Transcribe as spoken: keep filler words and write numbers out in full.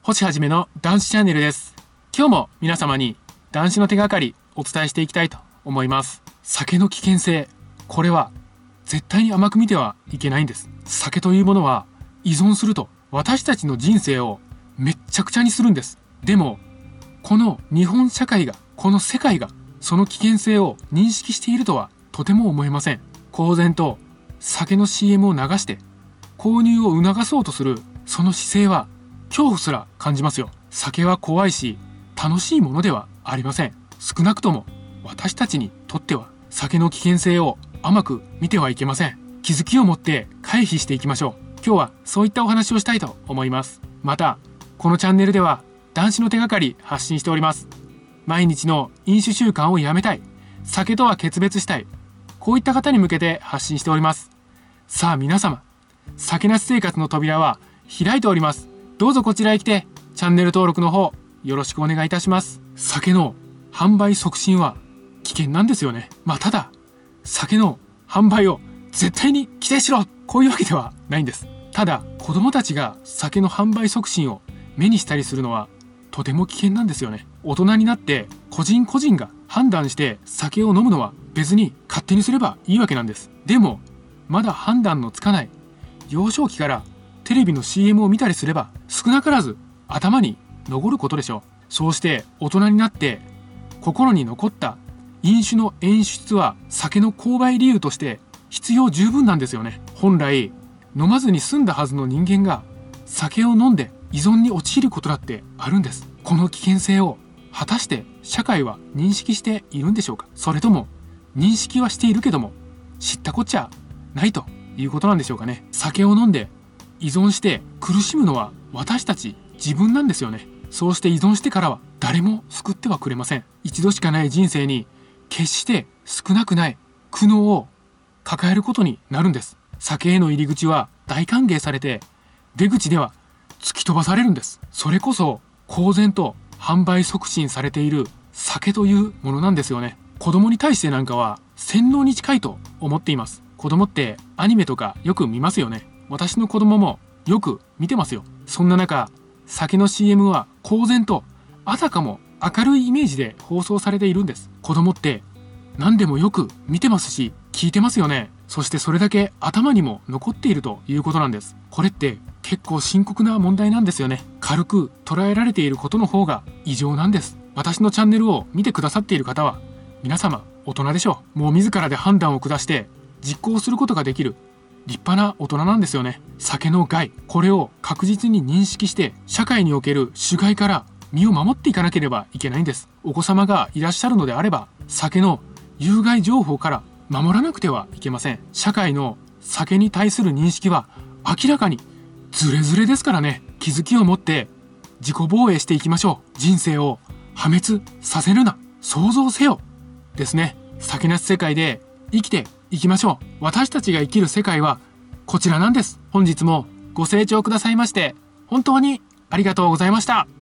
星はじめの男子チャンネルです。今日も皆様に男子の手がかりお伝えしていきたいと思います。酒の危険性、これは絶対に甘く見てはいけないんです。酒というものは依存すると私たちの人生をめっちゃくちゃにするんです。でもこの日本社会が、この世界がその危険性を認識しているとはとても思えません。公然と酒の シーエム を流して購入を促そうとするその姿勢は恐怖すら感じますよ。酒は怖いし楽しいものではありません。少なくとも私たちにとっては酒の危険性を甘く見てはいけません。気づきを持って回避していきましょう。今日はそういったお話をしたいと思います。またこのチャンネルでは男子の手がかり発信しております。毎日の飲酒習慣をやめたい、酒とは決別したい、こういった方に向けて発信しております。さあ皆様、酒なし生活の扉は開いております。どうぞこちらへ来てチャンネル登録の方よろしくお願いいたします。酒の販売促進は危険なんですよね。まあただ酒の販売を絶対に規制しろ、こういうわけではないんです。ただ子供たちが酒の販売促進を目にしたりするのはとても危険なんですよね。大人になって個人個人が判断して酒を飲むのは別に勝手にすればいいわけなんです。でもまだ判断のつかない幼少期からテレビの シーエム を見たりすれば少なからず頭に残ることでしょう。そうして大人になって心に残った飲酒の演出は酒の購買理由として必要十分なんですよね。本来飲まずに済んだはずの人間が酒を飲んで依存に陥ることだってあるんです。この危険性を果たして社会は認識しているんでしょうか。それとも認識はしているけども知ったこっちゃないということなんでしょうかね。酒を飲んで依存して苦しむのは私たち自分なんですよね。そうして依存してからは誰も救ってはくれません。一度しかない人生に決して少なくない苦悩を抱えることになるんです。酒への入り口は大歓迎されて出口では突き飛ばされるんです。それこそ公然と販売促進されている酒というものなんですよね。子供に対してなんかは洗脳に近いと思っています。子供ってアニメとかよく見ますよね。私の子供もよく見てますよ。そんな中酒の シーエム は公然とあたかも明るいイメージで放送されているんです。子供って何でもよく見てますし聞いてますよね。そしてそれだけ頭にも残っているということなんです。これって結構深刻な問題なんですよね。軽く捉えられていることの方が異常なんです。私のチャンネルを見てくださっている方は皆様大人でしょう。もう自らで判断を下して実行することができる立派な大人なんですよね。酒の害、これを確実に認識して社会における酒害から身を守っていかなければいけないんです。お子様がいらっしゃるのであれば酒の有害情報から守らなくてはいけません。社会の酒に対する認識は明らかにズレズレですからね。気づきを持って自己防衛していきましょう。人生を破滅させるな、想像せよですね。酒なし世界で生きていきましょう。私たちが生きる世界はこちらなんです。本日もご清聴くださいまして本当にありがとうございました。